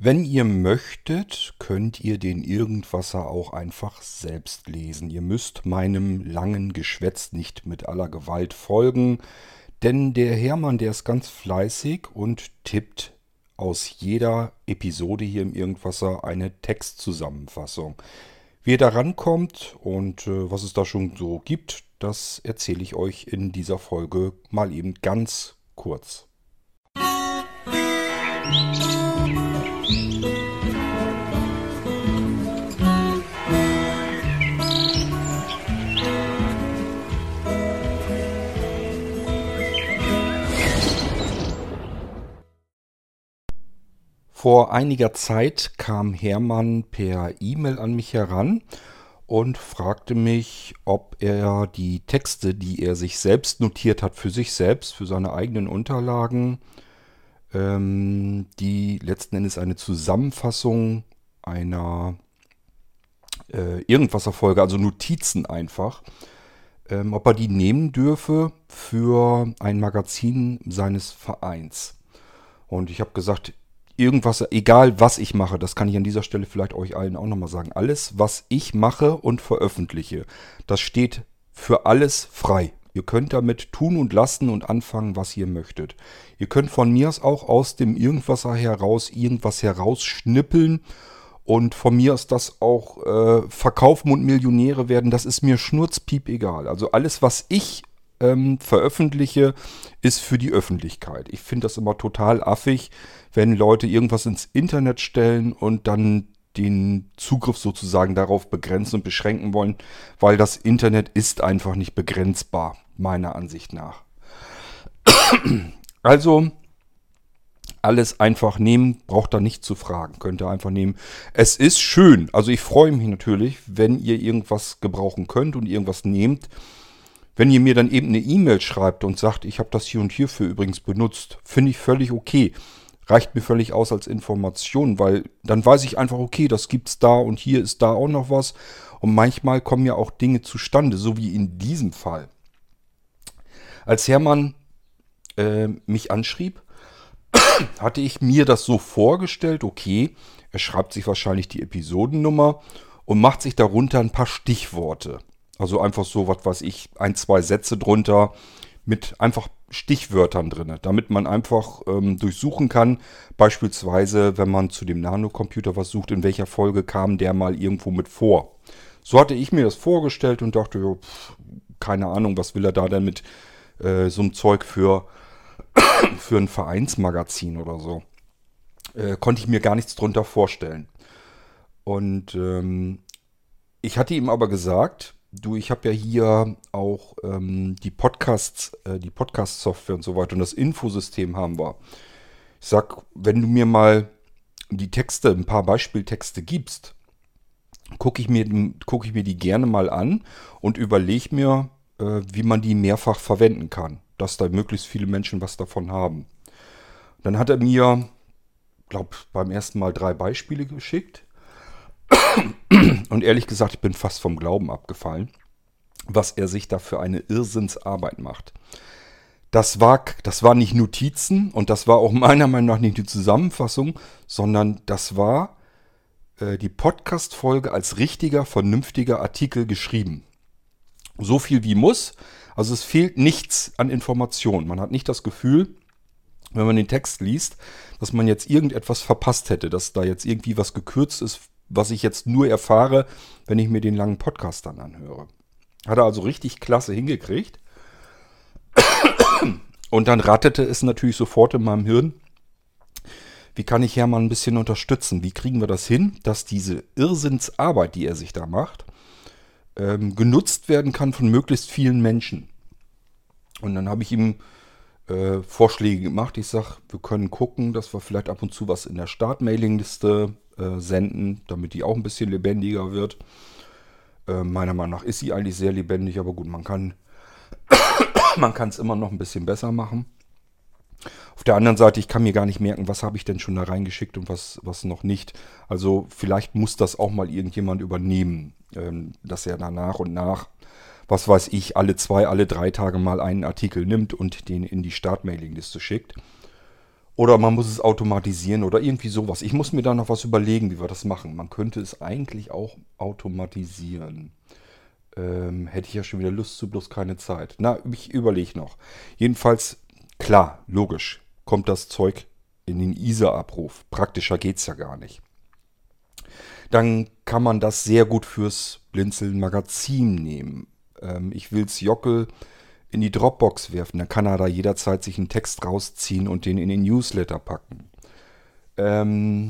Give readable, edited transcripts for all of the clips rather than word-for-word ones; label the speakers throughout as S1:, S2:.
S1: Wenn ihr möchtet, könnt ihr den Irgendwasser auch einfach selbst lesen. Ihr müsst meinem langen Geschwätz nicht mit aller Gewalt folgen, denn der Hermann, der ist ganz fleißig und tippt aus jeder Episode hier im Irgendwasser eine Textzusammenfassung. Wie ihr da rankommt und was es da schon so gibt, das erzähle ich euch in dieser Folge mal eben ganz kurz. Vor einiger Zeit kam Hermann per E-Mail an mich heran und fragte mich, ob er die Texte, die er sich selbst notiert hat, für sich selbst, für seine eigenen Unterlagen, die letzten Endes eine Zusammenfassung einer Irgendwasser-Folge, also Notizen einfach, ob er die nehmen dürfe für ein Magazin seines Vereins. Und ich habe gesagt, irgendwas, egal was ich mache, das kann ich an dieser Stelle vielleicht euch allen auch nochmal sagen. Alles, was ich mache und veröffentliche, das steht für alles frei. Ihr könnt damit tun und lassen und anfangen, was ihr möchtet. Ihr könnt von mir aus dem Irgendwasser heraus irgendwas herausschnippeln und von mir aus das auch verkaufen und Millionäre werden. Das ist mir schnurzpiep egal. Also alles, was ich veröffentliche, ist für die Öffentlichkeit. Ich finde das immer total affig, wenn Leute irgendwas ins Internet stellen und dann den Zugriff sozusagen darauf begrenzen und beschränken wollen, weil das Internet ist einfach nicht begrenzbar, meiner Ansicht nach. Also alles einfach nehmen, braucht da nicht zu fragen, könnt ihr einfach nehmen. Es ist schön, also ich freue mich natürlich, wenn ihr irgendwas gebrauchen könnt und irgendwas nehmt. Wenn ihr mir dann eben eine E-Mail schreibt und sagt, ich habe das hier und hierfür übrigens benutzt, finde ich völlig okay. Reicht mir völlig aus als Information, weil dann weiß ich einfach, okay, das gibt's da und hier ist da auch noch was. Und manchmal kommen ja auch Dinge zustande, so wie in diesem Fall. Als Hermann mich anschrieb, hatte ich mir das so vorgestellt, okay, er schreibt sich wahrscheinlich die Episodennummer und macht sich darunter ein paar Stichworte. Also einfach so, was weiß ich, ein, zwei Sätze drunter mit einfach Stichwörtern drin, damit man einfach durchsuchen kann. Beispielsweise, wenn man zu dem Nanocomputer was sucht, in welcher Folge kam der mal irgendwo mit vor. So hatte ich mir das vorgestellt und dachte, jo, keine Ahnung, was will er da denn mit so einem Zeug für ein Vereinsmagazin oder so. Konnte ich mir gar nichts drunter vorstellen. Und ich hatte ihm aber gesagt, du, ich habe ja hier auch die Podcast-Software und so weiter und das Infosystem haben wir. Ich sag, wenn du mir mal die Texte, ein paar Beispieltexte gibst, gucke ich mir die gerne mal an und überlege mir, wie man die mehrfach verwenden kann, dass da möglichst viele Menschen was davon haben. Dann hat er mir, glaube beim ersten Mal 3 Beispiele geschickt. Und ehrlich gesagt, ich bin fast vom Glauben abgefallen, was er sich da für eine Irrsinnsarbeit macht. Das war nicht Notizen und das war auch meiner Meinung nach nicht die Zusammenfassung, sondern das war die Podcast-Folge als richtiger, vernünftiger Artikel geschrieben. So viel wie muss. Also es fehlt nichts an Informationen. Man hat nicht das Gefühl, wenn man den Text liest, dass man jetzt irgendetwas verpasst hätte, dass da jetzt irgendwie was gekürzt ist, was ich jetzt nur erfahre, wenn ich mir den langen Podcast dann anhöre. Hat er also richtig klasse hingekriegt. Und dann ratterte es natürlich sofort in meinem Hirn, wie kann ich Hermann ein bisschen unterstützen? Wie kriegen wir das hin, dass diese Irrsinnsarbeit, die er sich da macht, genutzt werden kann von möglichst vielen Menschen? Und dann habe ich ihm Vorschläge gemacht. Ich sage, wir können gucken, dass wir vielleicht ab und zu was in der Start-Mailing-Liste senden, damit die auch ein bisschen lebendiger wird. Meiner Meinung nach ist sie eigentlich sehr lebendig, aber gut, man kann es immer noch ein bisschen besser machen. Auf der anderen Seite, ich kann mir gar nicht merken, was habe ich denn schon da reingeschickt und was noch nicht. Also vielleicht muss das auch mal irgendjemand übernehmen, dass er da nach und nach, was weiß ich, alle 3 Tage mal einen Artikel nimmt und den in die Start-Mailing-Liste schickt. Oder man muss es automatisieren oder irgendwie sowas. Ich muss mir da noch was überlegen, wie wir das machen. Man könnte es eigentlich auch automatisieren. Hätte ich ja schon wieder Lust zu, bloß keine Zeit. Na, ich überlege noch. Jedenfalls, klar, logisch, kommt das Zeug in den ISA-Abruf. Praktischer geht's ja gar nicht. Dann kann man das sehr gut fürs Blinzeln-Magazin nehmen. Ich will's Jockel in die Dropbox werfen. Dann kann er da jederzeit sich einen Text rausziehen und den in den Newsletter packen. Ähm,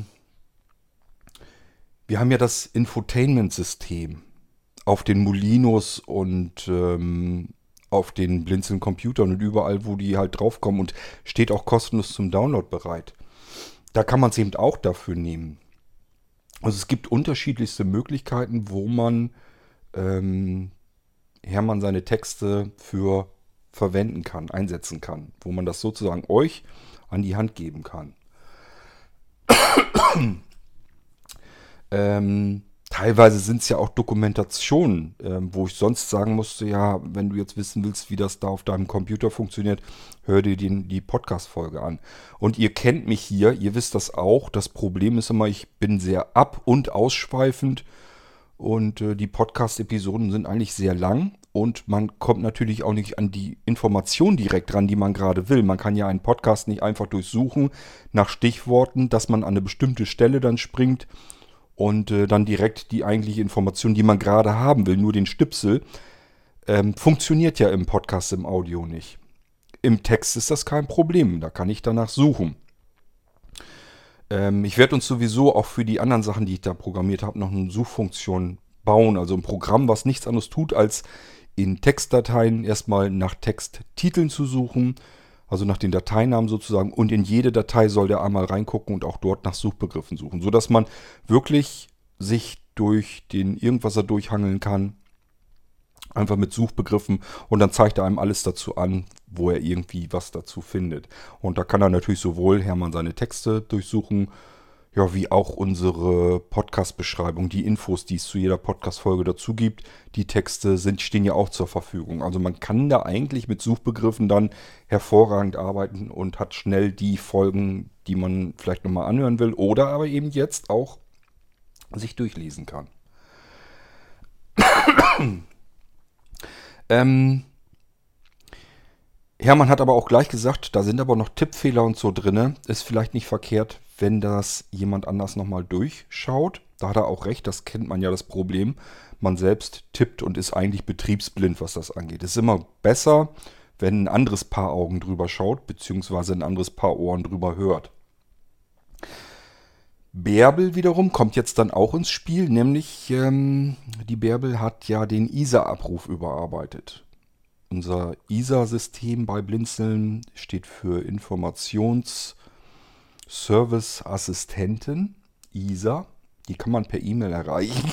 S1: wir haben ja das Infotainment-System auf den Molinos und auf den Blinzeln-Computern und überall, wo die halt draufkommen und steht auch kostenlos zum Download bereit. Da kann man es eben auch dafür nehmen. Also es gibt unterschiedlichste Möglichkeiten, wo man Hermann seine Texte für verwenden kann, einsetzen kann, wo man das sozusagen euch an die Hand geben kann. Teilweise sind es ja auch Dokumentationen, wo ich sonst sagen musste, ja, wenn du jetzt wissen willst, wie das da auf deinem Computer funktioniert, hör dir die Podcast-Folge an. Und ihr kennt mich hier, ihr wisst das auch. Das Problem ist immer, ich bin sehr ab- und ausschweifend und die Podcast-Episoden sind eigentlich sehr lang und man kommt natürlich auch nicht an die Information direkt ran, die man gerade will. Man kann ja einen Podcast nicht einfach durchsuchen nach Stichworten, dass man an eine bestimmte Stelle dann springt und dann direkt die eigentliche Information, die man gerade haben will, nur den Stipsel, funktioniert ja im Podcast im Audio nicht. Im Text ist das kein Problem, da kann ich danach suchen. Ich werde uns sowieso auch für die anderen Sachen, die ich da programmiert habe, noch eine Suchfunktion bauen. Also ein Programm, was nichts anderes tut, als in Textdateien erstmal nach Texttiteln zu suchen, also nach den Dateinamen sozusagen. Und in jede Datei soll der einmal reingucken und auch dort nach Suchbegriffen suchen, sodass man wirklich sich durch den Irgendwasser durchhangeln kann. Einfach mit Suchbegriffen und dann zeigt er einem alles dazu an, wo er irgendwie was dazu findet. Und da kann er natürlich sowohl Hermann seine Texte durchsuchen, ja, wie auch unsere Podcast-Beschreibung, die Infos, die es zu jeder Podcast-Folge dazu gibt. Die Texte stehen ja auch zur Verfügung. Also man kann da eigentlich mit Suchbegriffen dann hervorragend arbeiten und hat schnell die Folgen, die man vielleicht nochmal anhören will oder aber eben jetzt auch sich durchlesen kann. Hermann hat aber auch gleich gesagt, da sind aber noch Tippfehler und so drinne. Ist vielleicht nicht verkehrt, wenn das jemand anders nochmal durchschaut. Da hat er auch recht, das kennt man ja das Problem. Man selbst tippt und ist eigentlich betriebsblind, was das angeht. Es ist immer besser, wenn ein anderes Paar Augen drüber schaut, beziehungsweise ein anderes Paar Ohren drüber hört. Bärbel wiederum kommt jetzt dann auch ins Spiel, nämlich die Bärbel hat ja den ISA-Abruf überarbeitet. Unser ISA-System bei Blinzeln steht für Informations-Service-Assistenten, ISA. Die kann man per E-Mail erreichen.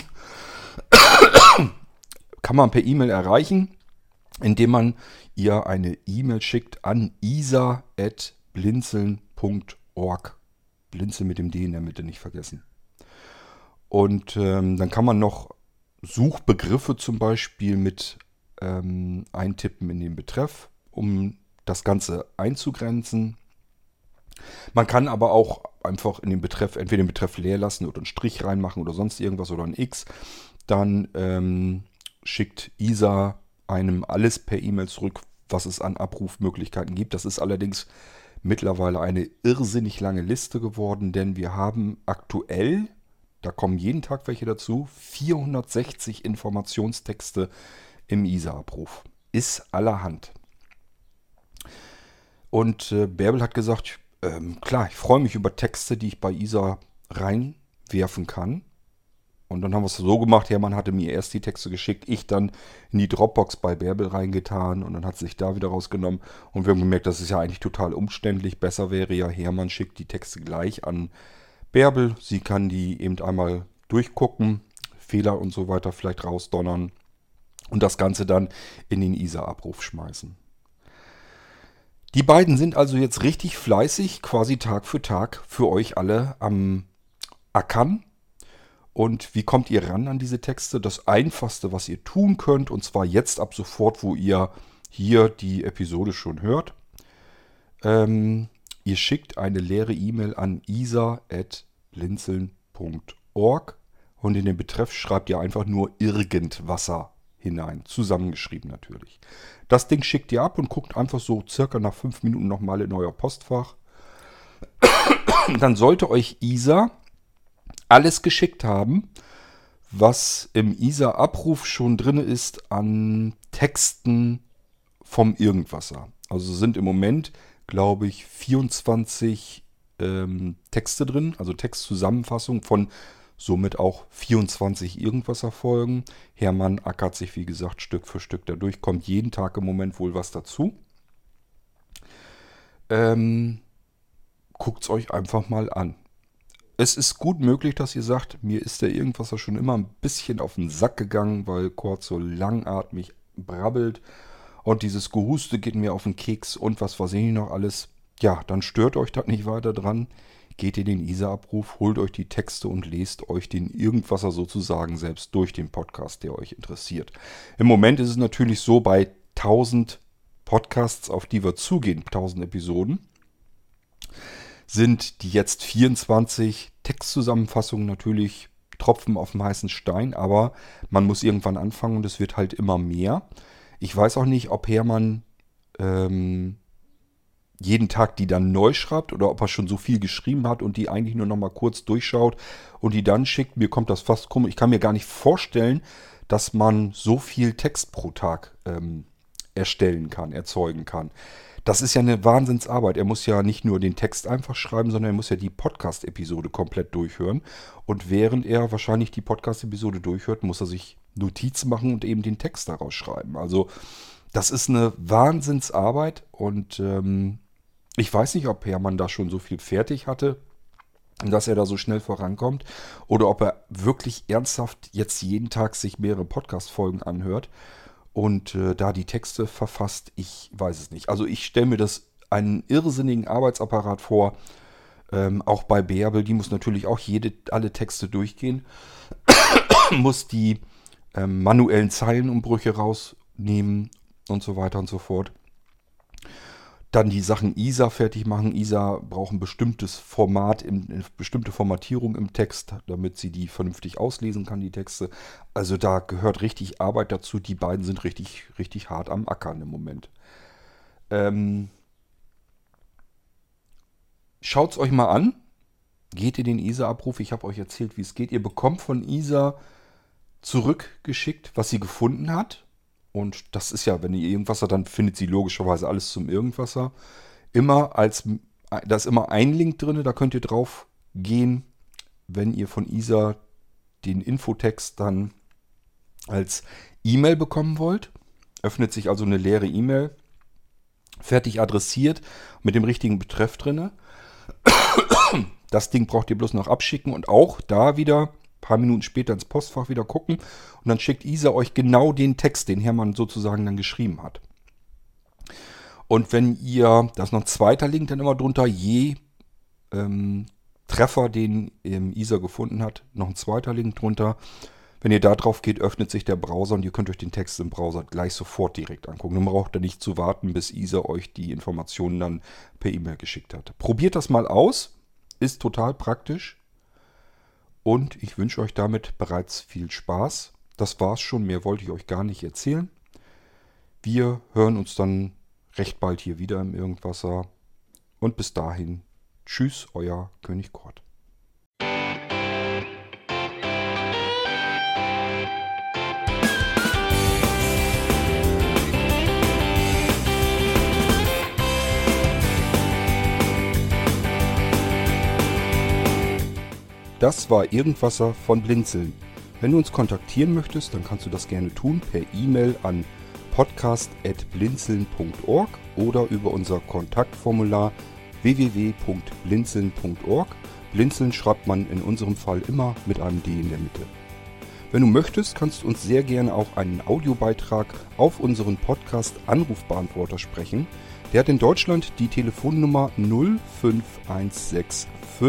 S1: Indem man ihr eine E-Mail schickt an isa@blinzeln.org. Blinzeln mit dem D in der Mitte nicht vergessen. Und dann kann man noch Suchbegriffe zum Beispiel mit eintippen in den Betreff, um das Ganze einzugrenzen. Man kann aber auch einfach in den Betreff, entweder den Betreff leer lassen oder einen Strich reinmachen oder sonst irgendwas oder ein X. Dann schickt ISA einem alles per E-Mail zurück, was es an Abrufmöglichkeiten gibt. Das ist allerdings mittlerweile eine irrsinnig lange Liste geworden, denn wir haben aktuell, da kommen jeden Tag welche dazu, 460 Informationstexte im ISA-Abruf. Ist allerhand. Und Bärbel hat gesagt, klar, ich freue mich über Texte, die ich bei ISA reinwerfen kann. Und dann haben wir es so gemacht, Hermann hatte mir erst die Texte geschickt, ich dann in die Dropbox bei Bärbel reingetan und dann hat sie sich da wieder rausgenommen. Und wir haben gemerkt, das ist ja eigentlich total umständlich. Besser wäre ja, Hermann schickt die Texte gleich an Bärbel. Sie kann die eben einmal durchgucken, Fehler und so weiter vielleicht rausdonnern und das Ganze dann in den ISA-Abruf schmeißen. Die beiden sind also jetzt richtig fleißig, quasi Tag für Tag für euch alle am Ackern. Und wie kommt ihr ran an diese Texte? Das Einfachste, was ihr tun könnt, und zwar jetzt ab sofort, wo ihr hier die Episode schon hört. Ihr schickt eine leere E-Mail an isa@blinzeln.org und in den Betreff schreibt ihr einfach nur Irgendwasser hinein. Zusammengeschrieben natürlich. Das Ding schickt ihr ab und guckt einfach so circa nach 5 Minuten nochmal in euer Postfach. Dann sollte euch Isa alles geschickt haben, was im Isa-Abruf schon drin ist an Texten vom Irgendwasser. Also sind im Moment, glaube ich, 24 Texte drin, also Textzusammenfassung von somit auch 24 Irgendwasser-Folgen. Hermann ackert sich, wie gesagt, Stück für Stück dadurch, kommt jeden Tag im Moment wohl was dazu. Guckt es euch einfach mal an. Es ist gut möglich, dass ihr sagt, mir ist der Irgendwasser schon immer ein bisschen auf den Sack gegangen, weil Kurt so langatmig brabbelt und dieses Gehuste geht mir auf den Keks und was weiß ich noch alles. Ja, dann stört euch das nicht weiter dran. Geht in den Isa-Abruf, holt euch die Texte und lest euch den Irgendwasser sozusagen selbst durch den Podcast, der euch interessiert. Im Moment ist es natürlich so, bei 1000 Podcasts, auf die wir zugehen, 1000 Episoden, sind die jetzt 24 Textzusammenfassungen natürlich Tropfen auf dem heißen Stein, aber man muss irgendwann anfangen und es wird halt immer mehr. Ich weiß auch nicht, ob Hermann jeden Tag die dann neu schreibt oder ob er schon so viel geschrieben hat und die eigentlich nur noch mal kurz durchschaut und die dann schickt. Mir kommt das fast komisch. Ich kann mir gar nicht vorstellen, dass man so viel Text pro Tag erstellen kann, erzeugen kann. Das ist ja eine Wahnsinnsarbeit. Er muss ja nicht nur den Text einfach schreiben, sondern er muss ja die Podcast-Episode komplett durchhören. Und während er wahrscheinlich die Podcast-Episode durchhört, muss er sich Notizen machen und eben den Text daraus schreiben. Also das ist eine Wahnsinnsarbeit und ich weiß nicht, ob Hermann da schon so viel fertig hatte, dass er da so schnell vorankommt oder ob er wirklich ernsthaft jetzt jeden Tag sich mehrere Podcast-Folgen anhört und da die Texte verfasst. Ich weiß es nicht. Also ich stelle mir das einen irrsinnigen Arbeitsapparat vor. Auch bei Bärbel, die muss natürlich auch alle Texte durchgehen, muss die manuellen Zeilenumbrüche rausnehmen und so weiter und so fort. Dann die Sachen Isa fertig machen. Isa braucht ein bestimmtes Format, eine bestimmte Formatierung im Text, damit sie die vernünftig auslesen kann, die Texte. Also da gehört richtig Arbeit dazu. Die beiden sind richtig, richtig hart am Ackern im Moment. Schaut es euch mal an. Geht in den Isa-Abruf. Ich habe euch erzählt, wie es geht. Ihr bekommt von Isa zurückgeschickt, was sie gefunden hat. Und das ist ja, wenn ihr Irgendwasser, dann findet sie logischerweise alles zum Irgendwasser. Da ist immer ein Link drin, da könnt ihr drauf gehen, wenn ihr von Isa den Infotext dann als E-Mail bekommen wollt. Öffnet sich also eine leere E-Mail, fertig adressiert, mit dem richtigen Betreff drin. Das Ding braucht ihr bloß noch abschicken und auch da wieder paar Minuten später ins Postfach wieder gucken und dann schickt Isa euch genau den Text, den Hermann sozusagen dann geschrieben hat. Und wenn ihr, da ist noch ein zweiter Link dann immer drunter, je Treffer, den Isa gefunden hat, noch ein zweiter Link drunter. Wenn ihr da drauf geht, öffnet sich der Browser und ihr könnt euch den Text im Browser gleich sofort direkt angucken. Dann braucht ihr nicht zu warten, bis Isa euch die Informationen dann per E-Mail geschickt hat. Probiert das mal aus, ist total praktisch. Und ich wünsche euch damit bereits viel Spaß. Das war's schon, mehr wollte ich euch gar nicht erzählen. Wir hören uns dann recht bald hier wieder im Irgendwasser. Und bis dahin, tschüss, euer König Kurt. Das war Irgendwasser von Blinzeln. Wenn du uns kontaktieren möchtest, dann kannst du das gerne tun per E-Mail an podcast@blinzeln.org oder über unser Kontaktformular www.blinzeln.org. Blinzeln schreibt man in unserem Fall immer mit einem D in der Mitte. Wenn du möchtest, kannst du uns sehr gerne auch einen Audiobeitrag auf unseren Podcast Anrufbeantworter sprechen. Der hat in Deutschland die Telefonnummer 05165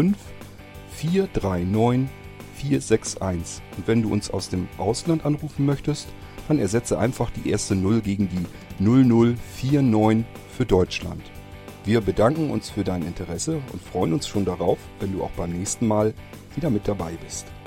S1: 439 461. Und wenn du uns aus dem Ausland anrufen möchtest, dann ersetze einfach die erste 0 gegen die 0049 für Deutschland. Wir bedanken uns für dein Interesse und freuen uns schon darauf, wenn du auch beim nächsten Mal wieder mit dabei bist.